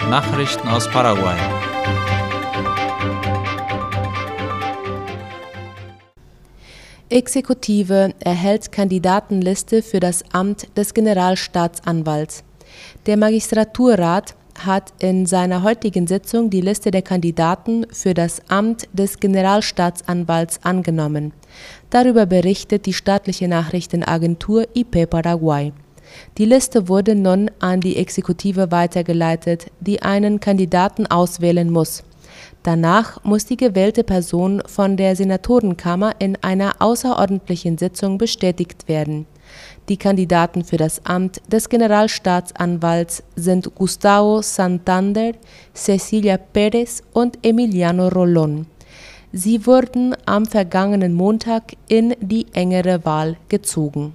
Nachrichten aus Paraguay. Exekutive erhält Kandidatenliste für das Amt des Generalstaatsanwalts. Der Magistraturrat hat in seiner heutigen Sitzung die Liste der Kandidaten für das Amt des Generalstaatsanwalts angenommen. Darüber berichtet die staatliche Nachrichtenagentur IP Paraguay. Die Liste wurde nun an die Exekutive weitergeleitet, die einen Kandidaten auswählen muss. Danach muss die gewählte Person von der Senatorenkammer in einer außerordentlichen Sitzung bestätigt werden. Die Kandidaten für das Amt des Generalstaatsanwalts sind Gustavo Santander, Cecilia Pérez und Emiliano Rolón. Sie wurden am vergangenen Montag in die engere Wahl gezogen.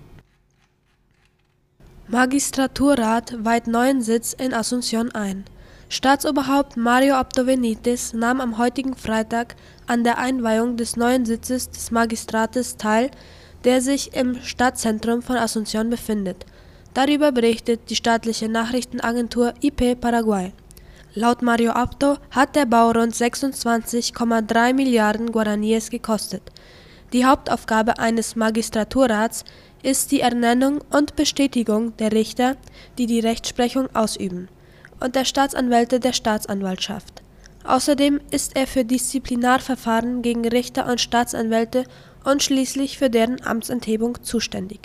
Magistraturrat weiht neuen Sitz in Asunción ein. Staatsoberhaupt Mario Abdo Benítez nahm am heutigen Freitag an der Einweihung des neuen Sitzes des Magistrates teil, der sich im Stadtzentrum von Asunción befindet. Darüber berichtet die staatliche Nachrichtenagentur IP Paraguay. Laut Mario Abdo hat der Bau rund 26,3 Milliarden Guaraníes gekostet. Die Hauptaufgabe eines Magistraturrats ist die Ernennung und Bestätigung der Richter, die die Rechtsprechung ausüben, und der Staatsanwälte der Staatsanwaltschaft. Außerdem ist er für Disziplinarverfahren gegen Richter und Staatsanwälte und schließlich für deren Amtsenthebung zuständig.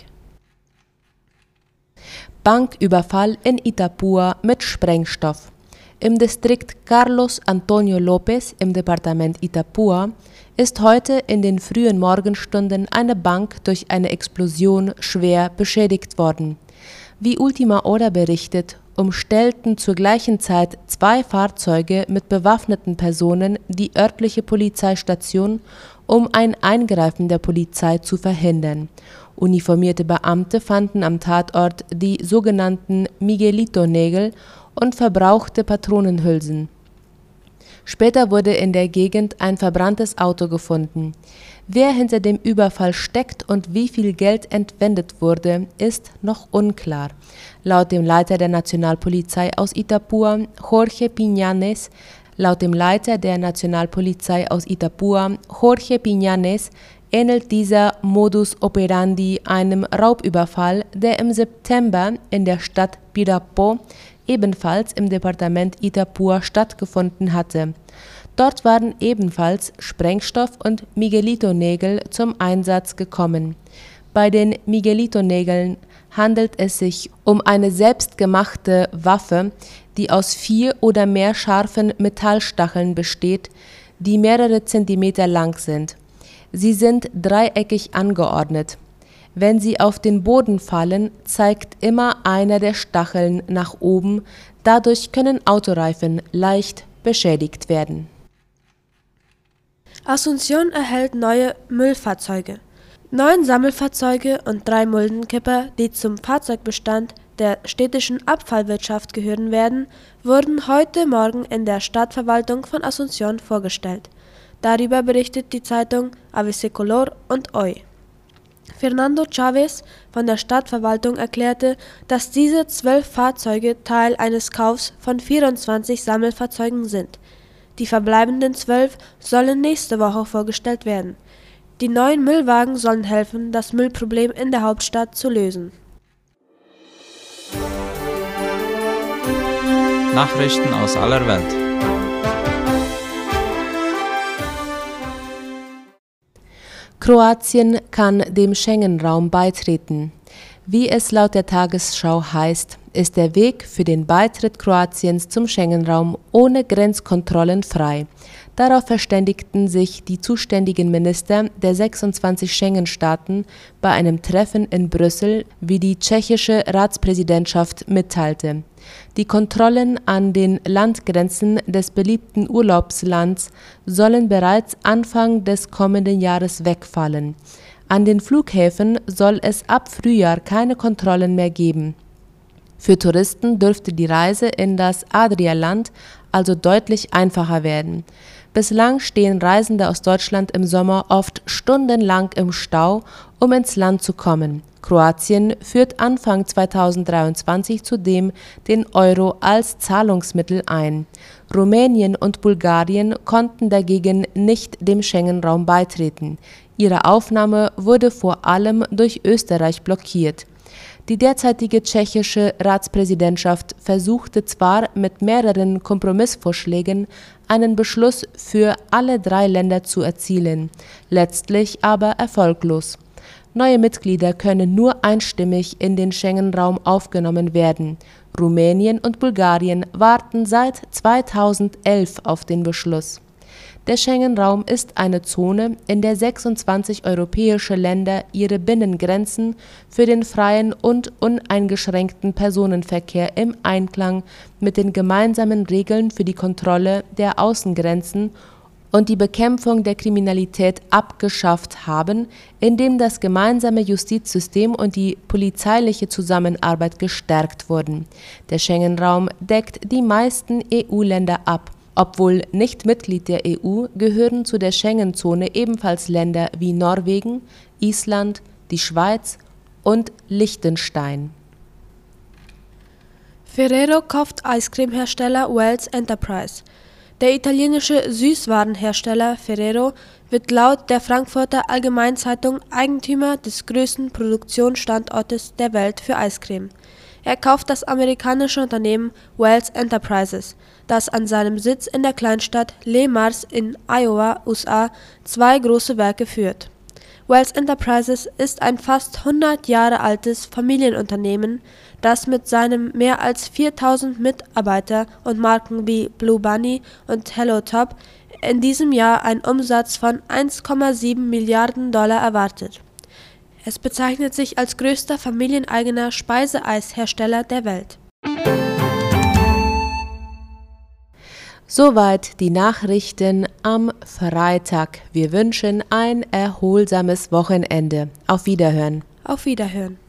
Banküberfall in Itapúa mit Sprengstoff. Im Distrikt Carlos Antonio López im Departement Itapúa ist heute in den frühen Morgenstunden eine Bank durch eine Explosion schwer beschädigt worden. Wie Ultima Hora berichtet, umstellten zur gleichen Zeit 2 Fahrzeuge mit bewaffneten Personen die örtliche Polizeistation, um ein Eingreifen der Polizei zu verhindern. Uniformierte Beamte fanden am Tatort die sogenannten Miguelito-Nägel und verbrauchte Patronenhülsen. Später wurde in der Gegend ein verbranntes Auto gefunden. Wer hinter dem Überfall steckt und wie viel Geld entwendet wurde, ist noch unklar. Laut dem Leiter der Nationalpolizei aus Itapúa, Jorge Piñanes, ähnelt dieser Modus operandi einem Raubüberfall, der im September in der Stadt Pirapó, ebenfalls im Departement Itapúa, stattgefunden hatte. Dort waren ebenfalls Sprengstoff und Miguelito-Nägel zum Einsatz gekommen. Bei den Miguelito-Nägeln handelt es sich um eine selbstgemachte Waffe, die aus 4 oder mehr scharfen Metallstacheln besteht, die mehrere Zentimeter lang sind. Sie sind dreieckig angeordnet. Wenn sie auf den Boden fallen, zeigt immer einer der Stacheln nach oben. Dadurch können Autoreifen leicht beschädigt werden. Asunción erhält neue Müllfahrzeuge. 9 Sammelfahrzeuge und 3 Muldenkipper, die zum Fahrzeugbestand der städtischen Abfallwirtschaft gehören werden, wurden heute Morgen in der Stadtverwaltung von Asunción vorgestellt. Darüber berichtet die Zeitung ABC Color und Hoy. Fernando Chávez von der Stadtverwaltung erklärte, dass diese 12 Fahrzeuge Teil eines Kaufs von 24 Sammelfahrzeugen sind. Die verbleibenden 12 sollen nächste Woche vorgestellt werden. Die neuen Müllwagen sollen helfen, das Müllproblem in der Hauptstadt zu lösen. Nachrichten aus aller Welt. Kroatien kann dem Schengen-Raum beitreten. Wie es laut der Tagesschau heißt, ist der Weg für den Beitritt Kroatiens zum Schengen-Raum ohne Grenzkontrollen frei. Darauf verständigten sich die zuständigen Minister der 26 Schengen-Staaten bei einem Treffen in Brüssel, wie die tschechische Ratspräsidentschaft mitteilte. Die Kontrollen an den Landgrenzen des beliebten Urlaubslands sollen bereits Anfang des kommenden Jahres wegfallen. An den Flughäfen soll es ab Frühjahr keine Kontrollen mehr geben. Für Touristen dürfte die Reise in das Adrialand also deutlich einfacher werden. Bislang stehen Reisende aus Deutschland im Sommer oft stundenlang im Stau, um ins Land zu kommen. Kroatien führt Anfang 2023 zudem den Euro als Zahlungsmittel ein. Rumänien und Bulgarien konnten dagegen nicht dem Schengen-Raum beitreten. Ihre Aufnahme wurde vor allem durch Österreich blockiert. Die derzeitige tschechische Ratspräsidentschaft versuchte zwar mit mehreren Kompromissvorschlägen einen Beschluss für alle 3 Länder zu erzielen, letztlich aber erfolglos. Neue Mitglieder können nur einstimmig in den Schengen-Raum aufgenommen werden. Rumänien und Bulgarien warten seit 2011 auf den Beschluss. Der Schengen-Raum ist eine Zone, in der 26 europäische Länder ihre Binnengrenzen für den freien und uneingeschränkten Personenverkehr im Einklang mit den gemeinsamen Regeln für die Kontrolle der Außengrenzen und die Bekämpfung der Kriminalität abgeschafft haben, indem das gemeinsame Justizsystem und die polizeiliche Zusammenarbeit gestärkt wurden. Der Schengen-Raum deckt die meisten EU-Länder ab. Obwohl nicht Mitglied der EU, gehören zu der Schengen-Zone ebenfalls Länder wie Norwegen, Island, die Schweiz und Liechtenstein. Ferrero kauft Eiscreme-Hersteller Wells Enterprise. Der italienische Süßwarenhersteller Ferrero wird laut der Frankfurter Allgemeinzeitung Eigentümer des größten Produktionsstandortes der Welt für Eiscreme. Er kauft das amerikanische Unternehmen Wells Enterprises, das an seinem Sitz in der Kleinstadt Le Mars in Iowa, USA, 2 große Werke führt. Wells Enterprises ist ein fast 100 Jahre altes Familienunternehmen, das mit seinen mehr als 4000 Mitarbeiter und Marken wie Blue Bunny und Hello Top in diesem Jahr einen Umsatz von 1,7 Milliarden Dollar erwartet. Es bezeichnet sich als größter familieneigener Speiseeishersteller der Welt. Soweit die Nachrichten am Freitag. Wir wünschen ein erholsames Wochenende. Auf Wiederhören. Auf Wiederhören.